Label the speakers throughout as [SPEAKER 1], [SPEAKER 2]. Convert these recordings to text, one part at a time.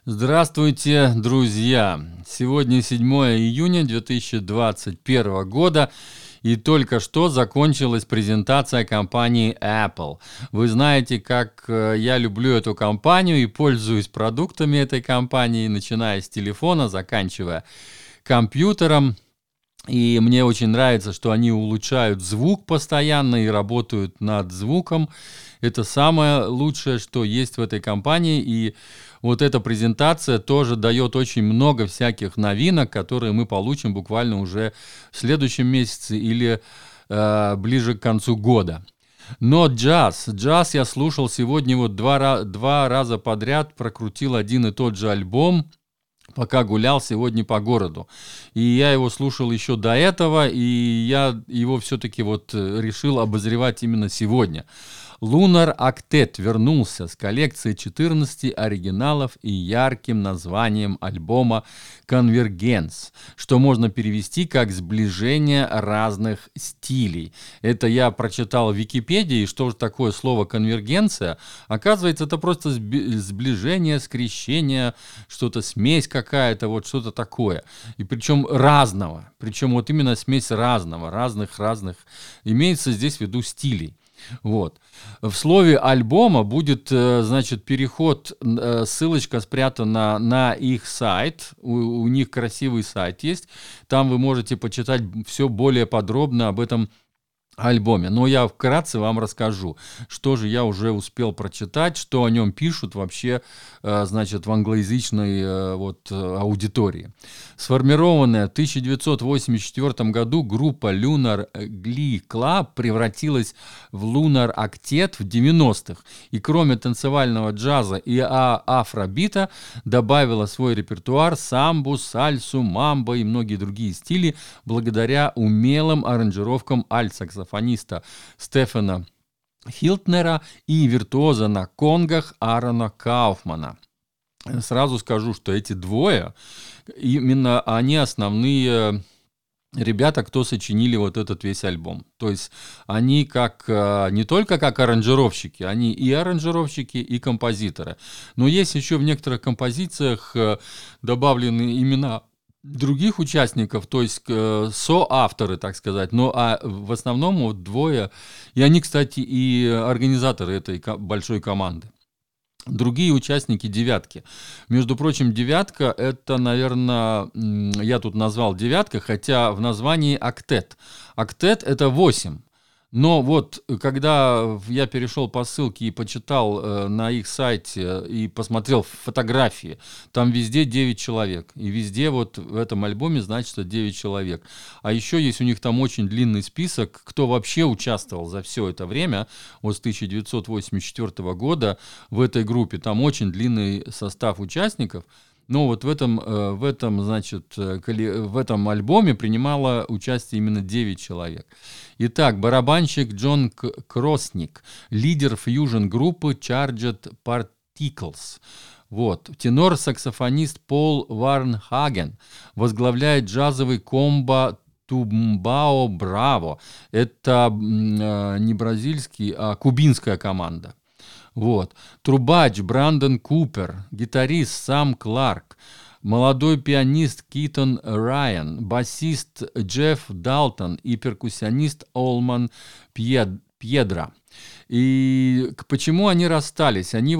[SPEAKER 1] Здравствуйте, друзья! Сегодня 7 июня 2021 года, и только что закончилась презентация компании Apple. Вы знаете, как я люблю эту компанию и пользуюсь продуктами этой компании, начиная с телефона, заканчивая компьютером. И мне очень нравится, что они улучшают звук постоянно и работают над звуком. Это самое лучшее, что есть в этой компании. И вот эта презентация тоже дает очень много всяких новинок, которые мы получим буквально уже в следующем месяце или ближе к концу года. Но джаз я слушал сегодня вот два раза подряд, прокрутил один и тот же альбом, пока гулял сегодня по городу. И я его слушал еще до этого, и я его все-таки вот решил обозревать именно сегодня. Lunar Octet вернулся с коллекцией 14 оригиналов и ярким названием альбома «Конвергенс», что можно перевести как «сближение разных стилей». Это я прочитал в Википедии, что же такое слово «конвергенция». Оказывается, это просто сближение, скрещение, что-то, смесь какая-то, вот что-то такое. И причем разного, причем вот именно смесь разного, разных, имеется здесь в виду стилей. Вот. В слове альбома будет, значит, переход, ссылочка спрятана на их сайт, у них красивый сайт есть, там вы можете почитать все более подробно об этом альбоме. Но я вкратце вам расскажу, что же я уже успел прочитать, что о нем пишут вообще, значит, в англоязычной аудитории. Сформированная в 1984 году группа Lunar Glee Club превратилась в Lunar Octet в 90-х. И кроме танцевального джаза и афробита добавила в свой репертуар самбу, сальсу, мамбо и многие другие стили благодаря умелым аранжировкам альт-саксофониста Стефана Хилтнера и виртуоза на конгах Аарона Кауфмана. Сразу скажу, что эти двое, именно они основные ребята, кто сочинили вот этот весь альбом. То есть они не только как аранжировщики, они и аранжировщики, и композиторы. Но есть еще в некоторых композициях добавлены имена других участников, то есть соавторы, так сказать, но в основном вот двое, и они, кстати, и организаторы этой большой команды. Другие участники девятки. Между прочим, девятка — это, наверное, я тут назвал девятка, хотя в названии октет. Октет — это 8. Но вот, когда я перешел по ссылке и почитал на их сайте и посмотрел фотографии, там везде 9 человек. И везде вот в этом альбоме значится 9 человек. А еще есть у них там очень длинный список, кто вообще участвовал за все это время, вот с 1984 года в этой группе. Там очень длинный состав участников. Но вот в этом альбоме принимало участие именно 9 человек. Итак, барабанщик Джон Кросник, лидер фьюжн-группы Charged Particles. Вот. Тенор-саксофонист Пол Варнхаген возглавляет джазовый комбо Тумбао Браво. Это не бразильский, а кубинская команда. Вот. Трубач Брандон Купер, гитарист Сам Кларк, молодой пианист Китон Райан, басист Джефф Далтон и перкуссионист Олман Пьедра. И почему они расстались? Они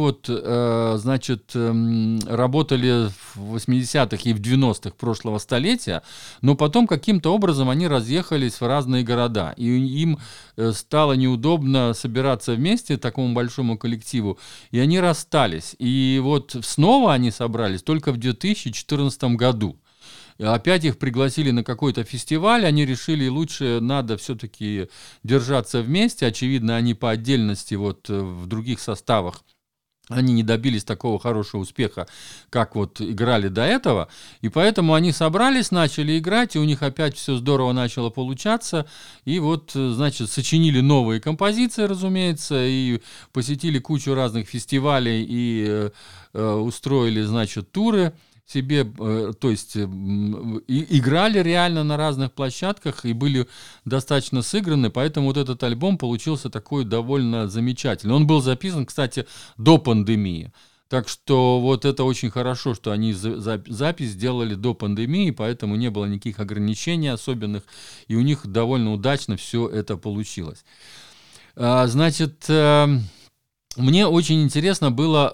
[SPEAKER 1] работали в 80-х и в 90-х прошлого столетия, но потом каким-то образом они разъехались в разные города. И им стало неудобно собираться вместе, такому большому коллективу, и они расстались. И вот снова они собрались только в 2014 году. Опять их пригласили на какой-то фестиваль, они решили, лучше надо все-таки держаться вместе. Очевидно, они по отдельности вот в других составах, они не добились такого хорошего успеха, как вот играли до этого. И поэтому они собрались, начали играть, и у них опять все здорово начало получаться. И вот, значит, сочинили новые композиции, разумеется, и посетили кучу разных фестивалей и устроили, значит, туры себе, то есть играли реально на разных площадках и были достаточно сыграны, поэтому вот этот альбом получился такой довольно замечательный. Он был записан, кстати, до пандемии. Так что вот это очень хорошо, что они запись сделали до пандемии, поэтому не было никаких ограничений особенных, и у них довольно удачно все это получилось. Значит, мне очень интересно было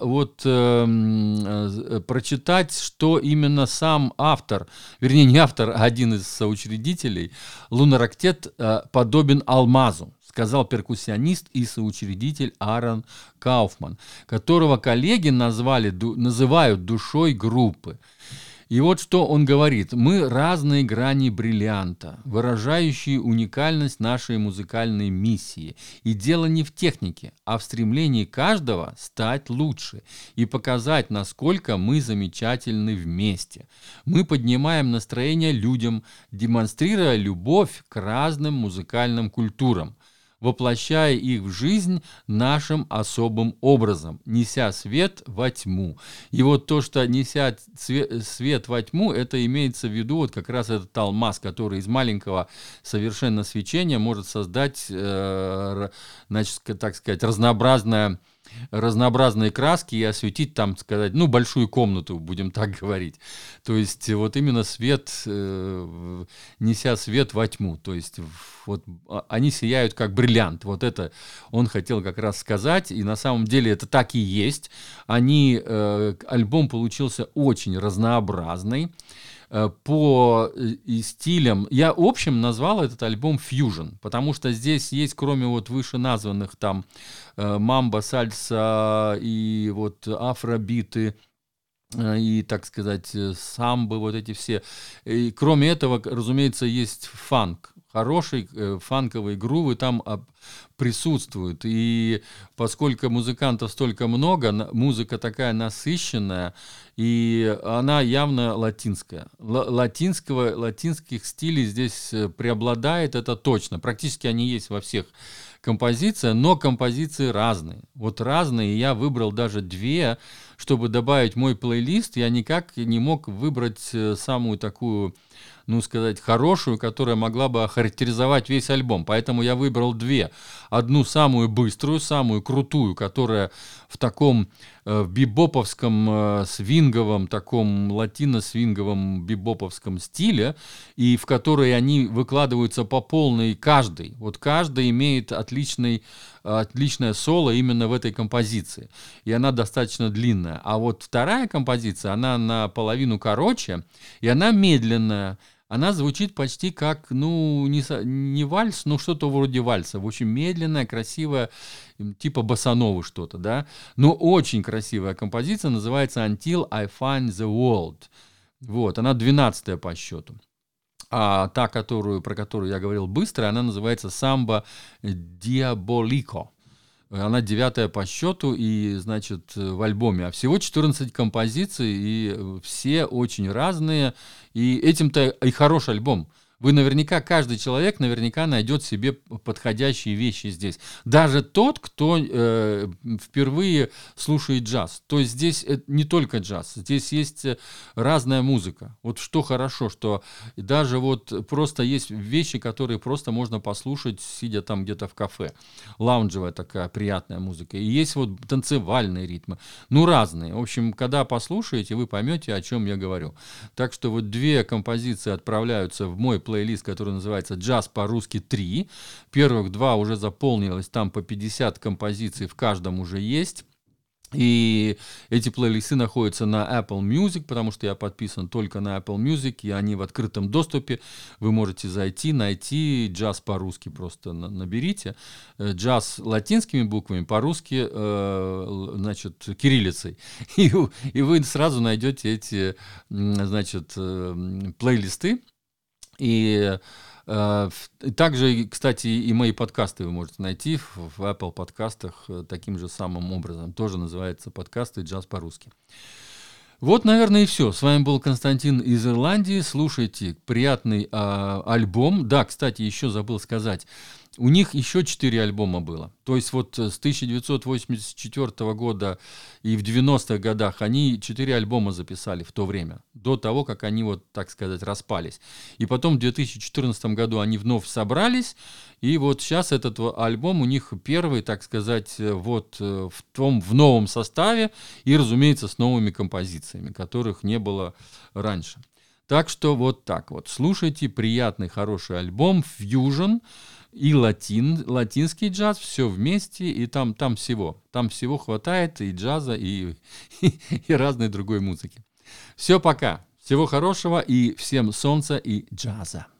[SPEAKER 1] прочитать, что именно сам автор, вернее, не автор, а один из соучредителей, Lunar Octet подобен алмазу, сказал перкуссионист и соучредитель Аарон Кауфман, которого коллеги называют душой группы. И вот что он говорит. Мы разные грани бриллианта, выражающие уникальность нашей музыкальной миссии. И дело не в технике, а в стремлении каждого стать лучше и показать, насколько мы замечательны вместе. Мы поднимаем настроение людям, демонстрируя любовь к разным музыкальным культурам, воплощая их в жизнь нашим особым образом, неся свет во тьму. И вот то, что неся свет во тьму, это имеется в виду вот как раз этот алмаз, который из маленького совершенно свечения может создать, значит, так сказать, разнообразные краски и осветить там, сказать, ну, большую комнату, будем так говорить. То есть вот именно свет, неся свет во тьму. То есть вот они сияют как бриллиант. Вот это он хотел как раз сказать, и на самом деле это так и есть. Альбом получился очень разнообразный. По стилям. Я общем назвал этот альбом «Фьюжн», потому что здесь есть, кроме вот вышеназванных там мамба, сальса и вот афробиты, и, так сказать, самбы, вот эти все. И кроме этого, разумеется, есть фанк. Хорошие фанковые грувы там присутствуют. И поскольку музыкантов столько много, музыка такая насыщенная, и она явно латинская. Латинских стилей здесь преобладает, это точно. Практически они есть во всех композициях, но композиции разные. Вот разные, и я выбрал даже две, чтобы добавить в мой плейлист. Я никак не мог выбрать самую такую, ну, сказать, хорошую, которая могла бы охарактеризовать весь альбом. Поэтому я выбрал две. Одну самую быструю, самую крутую, которая в таком бибоповском, свинговом, таком латино-свинговом бибоповском стиле, и в которой они выкладываются по полной каждый. Вот каждый имеет отличное соло именно в этой композиции. И она достаточно длинная. А вот вторая композиция, она наполовину короче, и она медленная. Она звучит почти как, ну, не вальс, но что-то вроде вальса. В общем, медленная, красивая, типа боссановы что-то, да. Но очень красивая композиция, называется «Until I Find the World». Вот, она 12-я по счету. А та, про которую я говорил быстро, она называется «Самбо Диаболико». Она 9-я по счету и, значит, в альбоме. А всего 14 композиций, и все очень разные. И этим-то и хороший альбом. Вы наверняка, каждый человек наверняка найдет себе подходящие вещи здесь. Даже тот, кто впервые слушает джаз. То есть здесь не только джаз, здесь есть разная музыка. Вот что хорошо, что даже вот просто есть вещи, которые просто можно послушать, сидя там где-то в кафе. Лаунжевая такая приятная музыка. И есть вот танцевальные ритмы. Ну, разные. В общем, когда послушаете, вы поймете, о чем я говорю. Так что вот две композиции отправляются в мой плейлист, который называется «Джаз по-русски 3». Первых два уже заполнилось, там по 50 композиций в каждом уже есть. И эти плейлисты находятся на Apple Music, потому что я подписан только на Apple Music, и они в открытом доступе. Вы можете зайти, найти «Джаз по-русски», просто наберите. «Джаз» латинскими буквами, по-русски, значит, кириллицей. И вы сразу найдете эти, значит, плейлисты. И также, кстати, и мои подкасты вы можете найти в Apple подкастах таким же самым образом. Тоже называется подкасты «Джаз по-русски». Вот, наверное, и все. С вами был Константин из Ирландии. Слушайте приятный альбом. Да, кстати, еще забыл сказать. У них еще 4 альбома было. То есть вот с 1984 года и в 90-х годах они 4 альбома записали в то время. до того, как они, вот, так сказать, распались. И потом в 2014 году они вновь собрались, и вот сейчас этот альбом у них первый, так сказать, вот в новом составе, и, разумеется, с новыми композициями, которых не было раньше. Так что вот так вот. Слушайте приятный, хороший альбом, фьюжн и латинский джаз, все вместе, и там всего хватает, и джаза, и разной другой музыки. Все, пока. Всего хорошего и всем солнца и джаза.